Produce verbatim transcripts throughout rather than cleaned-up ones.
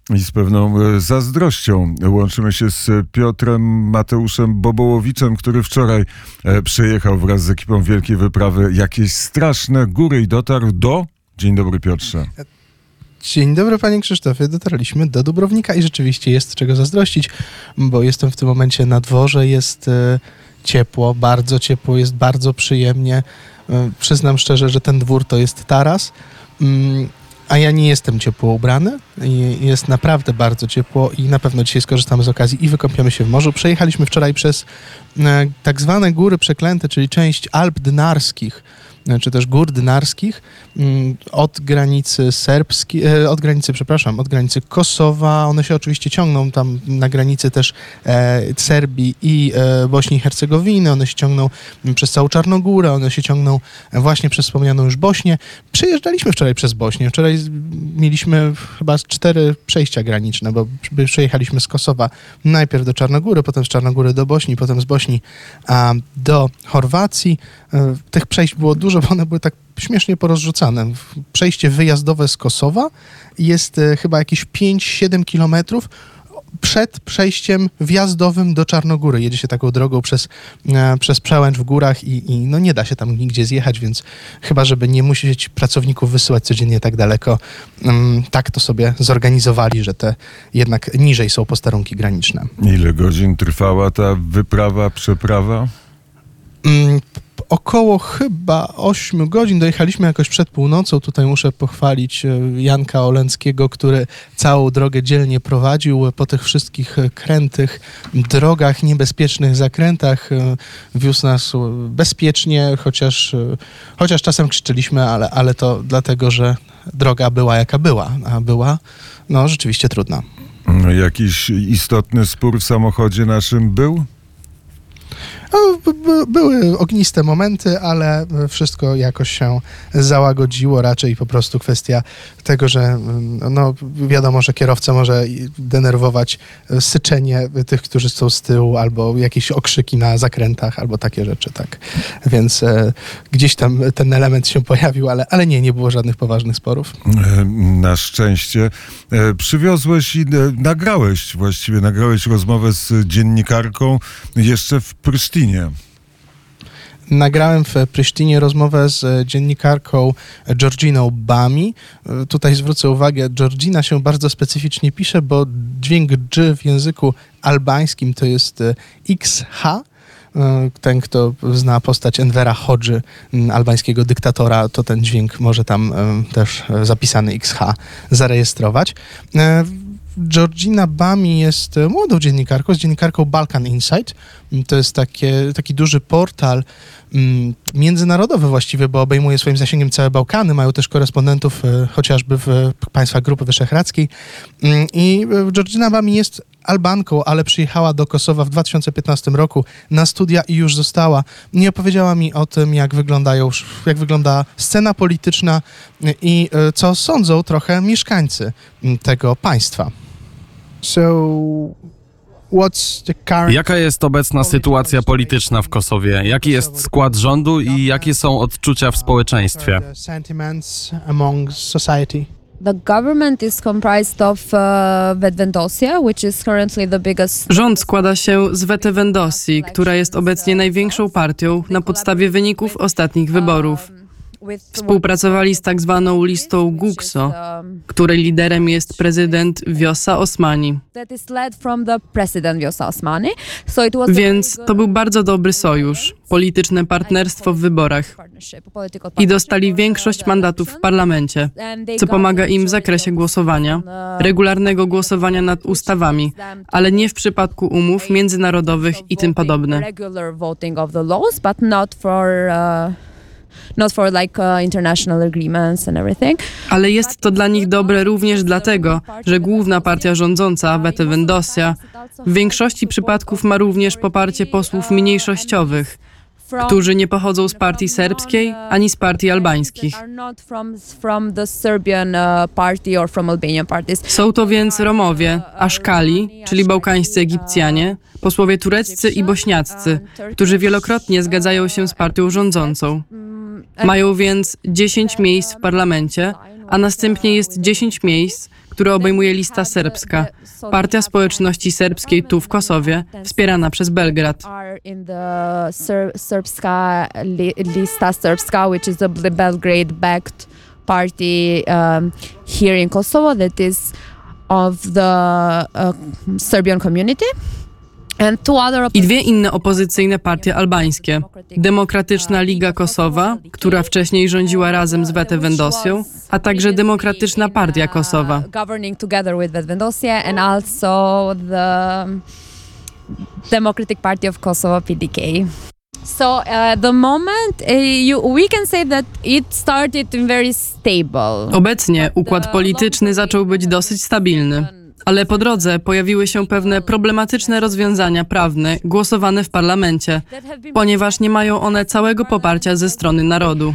I z pewną zazdrością łączymy się z Piotrem Mateuszem Bobołowiczem, który wczoraj przyjechał wraz z ekipą Wielkiej Wyprawy jakieś straszne góry i dotarł do... Dzień dobry, Piotrze. Dzień dobry, panie Krzysztofie. Dotarliśmy do Dubrownika i rzeczywiście jest czego zazdrościć, bo jestem w tym momencie na dworze, jest e, ciepło, bardzo ciepło, jest bardzo przyjemnie. E, przyznam szczerze, że ten dwór to jest taras, mm, a ja nie jestem ciepło ubrany. I jest naprawdę bardzo ciepło i na pewno dzisiaj skorzystamy z okazji i wykąpiemy się w morzu. Przejechaliśmy wczoraj przez e, tak zwane Góry Przeklęte, czyli część Alp Dynarskich, czy też gór dynarskich, od granicy serbskiej, od granicy, przepraszam, od granicy Kosowa. One się oczywiście ciągną tam na granicy też e, Serbii i e, Bośni i Hercegowiny. One się ciągną przez całą Czarnogórę, one się ciągną właśnie przez wspomnianą już Bośnię. Przejeżdżaliśmy wczoraj przez Bośnię. Wczoraj mieliśmy chyba cztery przejścia graniczne, bo przejechaliśmy z Kosowa najpierw do Czarnogóry, potem z Czarnogóry do Bośni, potem z Bośni a, do Chorwacji. E, tych przejść było dużo, bo one były tak śmiesznie porozrzucane. Przejście wyjazdowe z Kosowa jest e, chyba jakieś pięć siedem kilometrów przed przejściem wjazdowym do Czarnogóry. Jedzie się taką drogą przez, e, przez przełęcz w górach i, i no nie da się tam nigdzie zjechać, więc chyba, żeby nie musieć pracowników wysyłać codziennie tak daleko, um, tak to sobie zorganizowali, że te jednak niżej są posterunki graniczne. Ile godzin trwała ta wyprawa, przeprawa? Um, Około chyba ośmiu godzin. Dojechaliśmy jakoś przed północą. Tutaj muszę pochwalić Janka Olenckiego, który całą drogę dzielnie prowadził po tych wszystkich krętych drogach, niebezpiecznych zakrętach. Wiózł nas bezpiecznie, chociaż, chociaż czasem krzyczeliśmy, ale, ale to dlatego, że droga była jaka była, a była no rzeczywiście trudna. Jakiś istotny spór w samochodzie naszym był? No, były ogniste momenty, ale wszystko jakoś się załagodziło. Raczej po prostu kwestia tego, że no, wiadomo, że kierowcę może denerwować syczenie tych, którzy są z tyłu, albo jakieś okrzyki na zakrętach, albo takie rzeczy, tak. Więc e, gdzieś tam ten element się pojawił, ale, ale nie, nie było żadnych poważnych sporów. Na szczęście. E, przywiozłeś i e, nagrałeś, właściwie nagrałeś rozmowę z dziennikarką jeszcze w Prysztynie. Nagrałem w Prysztynie rozmowę z dziennikarką Georginą Bami. Tutaj zwrócę uwagę, Georgina się bardzo specyficznie pisze, bo dźwięk G w języku albańskim to jest X H. Ten, kto zna postać Envera Hodży, albańskiego dyktatora, to ten dźwięk może tam też zapisany X H zarejestrować. Georgina Bami jest młodą dziennikarką, jest dziennikarką Balkan Insight. To jest takie, taki duży portal mm, międzynarodowy właściwie, bo obejmuje swoim zasięgiem całe Bałkany. Mają też korespondentów e, chociażby w państwach Grupy Wyszehradzkiej. Mm, I Georgina Bami jest Albanką, ale przyjechała do Kosowa w dwa tysiące piętnastym roku na studia i już została. Nie opowiedziała mi o tym, jak wyglądają, jak wygląda scena polityczna i e, co sądzą trochę mieszkańcy tego państwa. So, what's the current... Jaka jest obecna sytuacja polityczna w Kosowie? Jaki jest skład rządu i jakie są odczucia w społeczeństwie? The government is comprised of uh, Vetëvendosja, which is currently the biggest... Rząd składa się z Vetëvendosji, która jest obecnie największą partią na podstawie wyników ostatnich wyborów. Współpracowali z tak zwaną listą Gukso, której liderem jest prezydent Vjosa Osmani. Więc to był bardzo dobry sojusz, polityczne partnerstwo w wyborach. I dostali większość mandatów w parlamencie, co pomaga im w zakresie głosowania, regularnego głosowania nad ustawami, ale nie w przypadku umów międzynarodowych i tym podobne. Not for like uh, international agreements and everything. Ale jest to dla nich dobre również dlatego, że główna partia rządząca, Vetëvendosja, w większości przypadków ma również poparcie posłów mniejszościowych, którzy nie pochodzą z partii serbskiej ani z partii albańskich. Są to więc Romowie, Aszkali, czyli bałkańscy Egipcjanie, posłowie tureccy i bośniaccy, którzy wielokrotnie zgadzają się z partią rządzącą. Mają więc dziesięć miejsc w parlamencie, a następnie jest dziesięć miejsc, które obejmuje lista serbska, Partia Społeczności Serbskiej tu w Kosowie, wspierana przez Belgrad. Serbska lista serbska, which is the Belgrade-backed party um, here in Kosovo that is of the uh, Serbian community. I dwie inne opozycyjne partie albańskie. Demokratyczna Liga Kosowa, która wcześniej rządziła razem z Vetëvendosją, a także Demokratyczna Partia Kosowa. Governing together with Vetëvendosja and also the Democratic Party of Kosovo, P D K. So uh, the moment uh, you, we can say that it started very stable. Obecnie układ polityczny zaczął być dosyć stabilny. Ale po drodze pojawiły się pewne problematyczne rozwiązania prawne głosowane w parlamencie, ponieważ nie mają one całego poparcia ze strony narodu.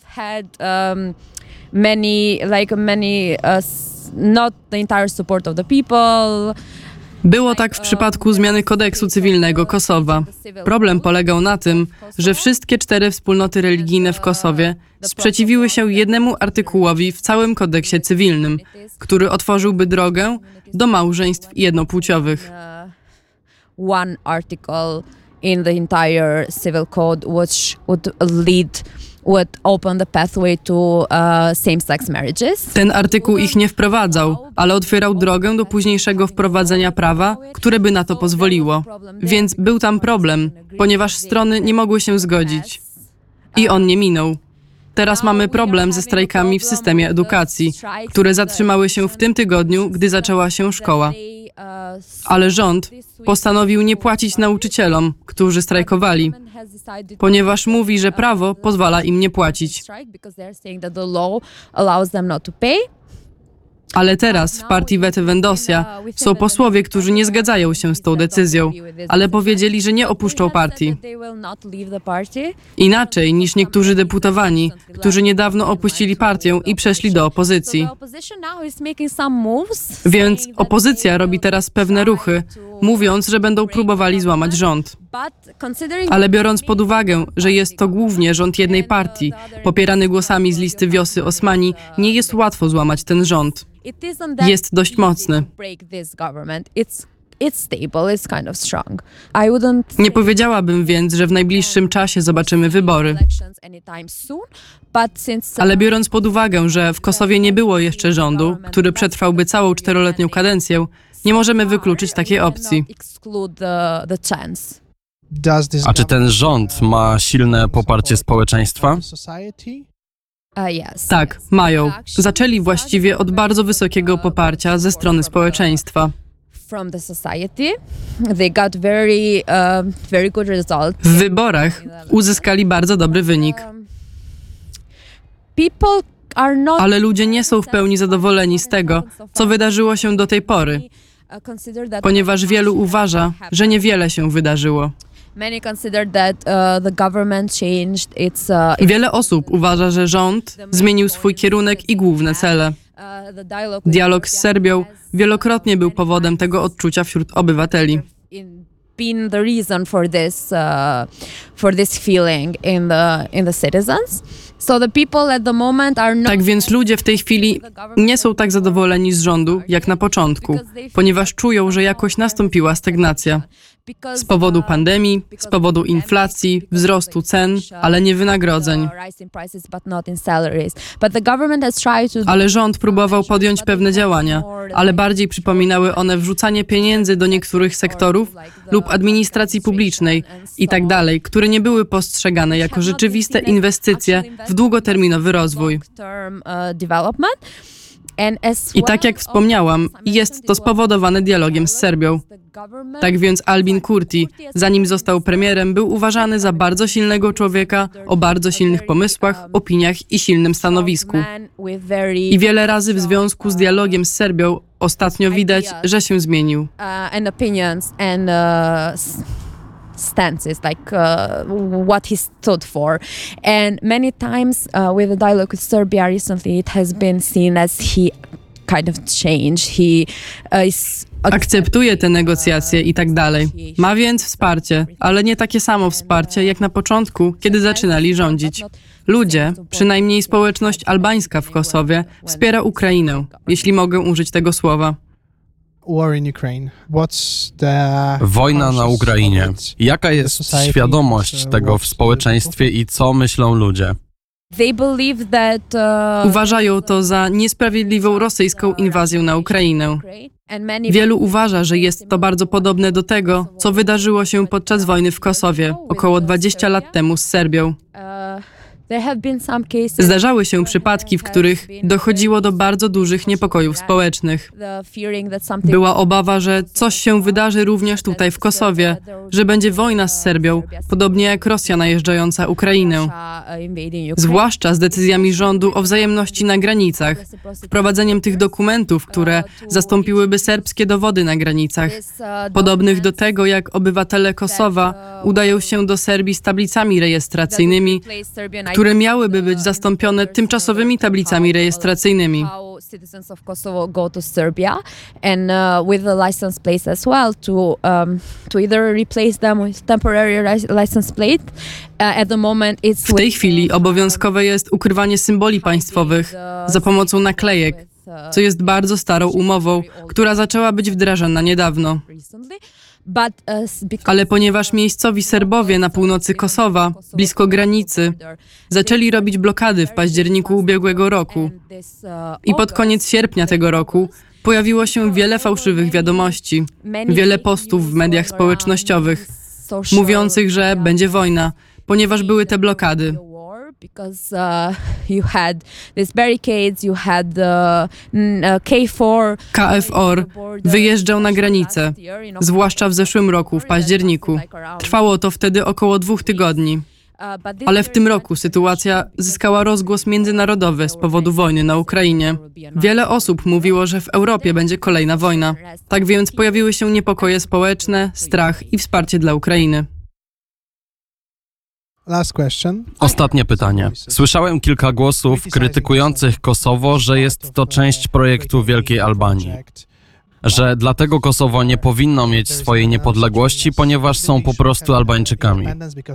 Było tak w przypadku zmiany kodeksu cywilnego Kosowa. Problem polegał na tym, że wszystkie cztery wspólnoty religijne w Kosowie sprzeciwiły się jednemu artykułowi w całym kodeksie cywilnym, który otworzyłby drogę do małżeństw jednopłciowych. One article in the entire civil code which would lead would open the pathway to uh, same-sex marriages. Ten artykuł ich nie wprowadzał, ale otwierał drogę do późniejszego wprowadzenia prawa, które by na to pozwoliło. Więc był tam problem, ponieważ strony nie mogły się zgodzić. I on nie minął. Teraz mamy problem ze strajkami w systemie edukacji, które zatrzymały się w tym tygodniu, gdy zaczęła się szkoła. Ale rząd postanowił nie płacić nauczycielom, którzy strajkowali, ponieważ mówi, że prawo pozwala im nie płacić. Ale teraz w partii Vetëvendosja są posłowie, którzy nie zgadzają się z tą decyzją, ale powiedzieli, że nie opuszczą partii. Inaczej niż niektórzy deputowani, którzy niedawno opuścili partię i przeszli do opozycji. Więc opozycja robi teraz pewne ruchy, mówiąc, że będą próbowali złamać rząd. Ale biorąc pod uwagę, że jest to głównie rząd jednej partii, popierany głosami z listy Wiosy Osmani, nie jest łatwo złamać ten rząd. Jest dość mocny. Nie powiedziałabym więc, że w najbliższym czasie zobaczymy wybory. Ale biorąc pod uwagę, że w Kosowie nie było jeszcze rządu, który przetrwałby całą czteroletnią kadencję, nie możemy wykluczyć takiej opcji. A czy ten rząd ma silne poparcie społeczeństwa? Tak, mają. Zaczęli właściwie od bardzo wysokiego poparcia ze strony społeczeństwa. W wyborach uzyskali bardzo dobry wynik. Ale ludzie nie są w pełni zadowoleni z tego, co wydarzyło się do tej pory, ponieważ wielu uważa, że niewiele się wydarzyło. Wiele osób uważa, że rząd zmienił swój kierunek i główne cele. Dialog z Serbią wielokrotnie był powodem tego odczucia wśród obywateli. Been the reason for this uh, for this feeling in the in the citizens. So the people at the moment are not. Tak więc ludzie w tej chwili nie są tak zadowoleni z rządu jak na początku, ponieważ czują, że jakoś nastąpiła stagnacja. Z powodu pandemii, z powodu inflacji, wzrostu cen, ale nie wynagrodzeń. Ale rząd próbował podjąć pewne działania, ale bardziej przypominały one wrzucanie pieniędzy do niektórych sektorów lub administracji publicznej i tak dalej, które nie były postrzegane jako rzeczywiste inwestycje w długoterminowy rozwój. I tak jak wspomniałam, jest to spowodowane dialogiem z Serbią. Tak więc Albin Kurti, zanim został premierem, był uważany za bardzo silnego człowieka o bardzo silnych pomysłach, opiniach i silnym stanowisku. I wiele razy w związku z dialogiem z Serbią ostatnio widać, że się zmienił. Stances, like uh, what he stood for. And many times uh, with the dialogue with Serbia recently, it has been seen as he kind of changed. He uh, is akceptuje te negocjacje i tak dalej. Ma więc wsparcie, ale nie takie samo wsparcie jak na początku, kiedy zaczynali rządzić. Ludzie, przynajmniej społeczność albańska w Kosowie, wspiera Ukrainę, jeśli mogę użyć tego słowa. War in Ukraine. What's the Wojna na Ukrainie. Jaka jest society, świadomość uh, tego w what's społeczeństwie i co myślą ludzie? They believe that, uh, Uważają to za niesprawiedliwą rosyjską inwazję na Ukrainę. and many Wielu uważa, że jest to bardzo podobne do tego, co wydarzyło się podczas wojny w Kosowie około dwadzieścia lat temu z Serbią. Uh, there have been some cases Zdarzały się przypadki, w których dochodziło do bardzo dużych niepokojów społecznych. the fearing that something Była obawa, że coś się wydarzy również tutaj w Kosowie, że będzie wojna z Serbią, podobnie jak Rosja najeżdżająca Ukrainę. Russia, uh, invading Ukraine. Zwłaszcza z decyzjami rządu o wzajemności na granicach, wprowadzeniem tych dokumentów, które zastąpiłyby serbskie dowody na granicach, podobnych do tego, jak obywatele Kosowa udają się do Serbii z tablicami rejestracyjnymi, które miałyby być zastąpione tymczasowymi tablicami rejestracyjnymi. How citizens of Kosovo go to Serbia and uh, with the license plates as well to um, to either replace them with temporary ri- license plate. Uh, at the moment it's W tej with, chwili uh, obowiązkowe jest ukrywanie symboli państwowych za pomocą naklejek, co jest bardzo starą umową, która zaczęła być wdrażana niedawno. recently. But, uh, s- because, Ale ponieważ miejscowi Serbowie na północy Kosowa, blisko granicy, zaczęli robić blokady w październiku ubiegłego roku i pod koniec sierpnia tego roku pojawiło się wiele fałszywych wiadomości, wiele postów w mediach społecznościowych mówiących, że będzie wojna, ponieważ były te blokady. Because uh, you had these barricades, you had the mm, uh, K cztery. K F O R wyjeżdżał na granicę, zwłaszcza w zeszłym roku, w październiku. Trwało to wtedy około dwóch tygodni. Ale w tym roku sytuacja zyskała rozgłos międzynarodowy z powodu wojny na Ukrainie. Wiele osób mówiło, że w Europie będzie kolejna wojna. Tak więc pojawiły się niepokoje społeczne, strach i wsparcie dla Ukrainy. Last question. Ostatnie pytanie. Słyszałem kilka głosów krytykujących Kosowo, że jest to część projektu Wielkiej Albanii. Że dlatego Kosowo nie powinno mieć swojej niepodległości, ponieważ są po prostu Albańczykami.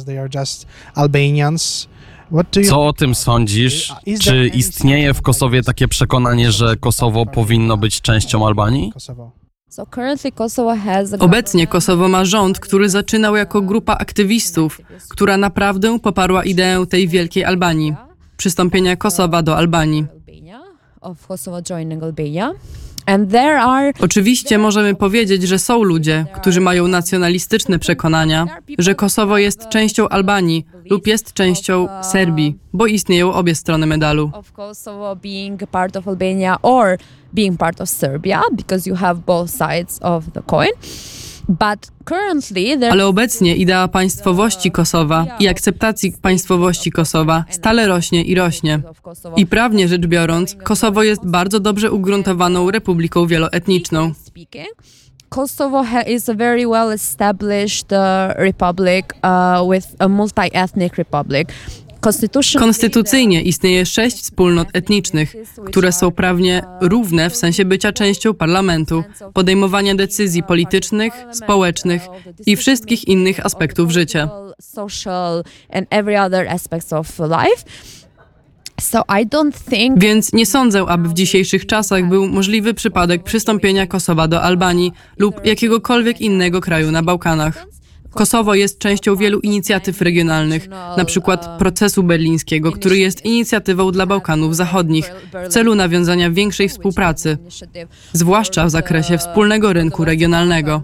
Co o tym sądzisz? Czy istnieje w Kosowie takie przekonanie, że Kosowo powinno być częścią Albanii? So currently Kosovo has a Obecnie Kosowo ma rząd, który zaczynał jako grupa aktywistów, która naprawdę poparła ideę tej Wielkiej Albanii, przystąpienia Kosowa do Albanii. of Kosovo joining Albania. And there are Oczywiście możemy powiedzieć, że są ludzie, którzy mają nacjonalistyczne przekonania, że Kosowo jest częścią Albanii lub jest częścią Serbii, bo istnieją obie strony medalu. of Kosovo being a part of Albania or being part of Serbia, because you have both sides of the coin. But currently there Ale obecnie idea państwowości Kosowa i akceptacji państwowości Kosowa stale rośnie i rośnie. I prawnie rzecz biorąc, Kosowo jest bardzo dobrze ugruntowaną republiką wieloetniczną. Kosovo ha- is a very well established uh, republic uh, with a multi-ethnic republic. Constitution- Konstytucyjnie istnieje sześć wspólnot etnicznych, które są prawnie równe w sensie bycia częścią parlamentu, podejmowania decyzji politycznych, społecznych i wszystkich innych aspektów życia. Social and every other aspects of life. So I don't think Więc nie sądzę, aby w dzisiejszych czasach był możliwy przypadek przystąpienia Kosowa do Albanii lub jakiegokolwiek innego kraju na Bałkanach. Kosowo jest częścią wielu inicjatyw regionalnych, na przykład procesu berlińskiego, który jest inicjatywą dla Bałkanów Zachodnich w celu nawiązania większej współpracy, zwłaszcza w zakresie wspólnego rynku regionalnego.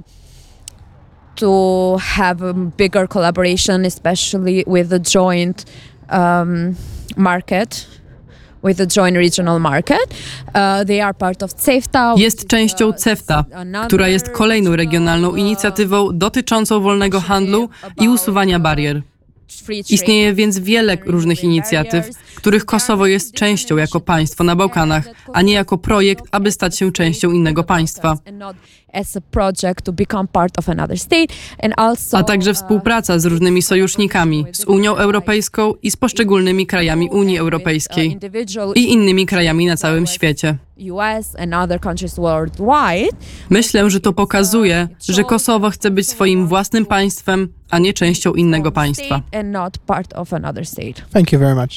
to have a bigger collaboration, especially with the joint um, market, with the joint regional market. Uh, they are part of CEFTA. Jest częścią CEFTA, która jest kolejną regionalną inicjatywą dotyczącą wolnego handlu i usuwania barier. Istnieje więc wiele różnych inicjatyw, których Kosowo jest częścią jako państwo na Bałkanach, a nie jako projekt, aby stać się częścią innego państwa. A także współpraca z różnymi sojusznikami, z Unią Europejską i z poszczególnymi krajami Unii Europejskiej i innymi krajami na całym świecie. U S and other countries worldwide. Myślę, że to pokazuje, że Kosowo chce być swoim własnym państwem, a nie częścią innego państwa. Thank you very much.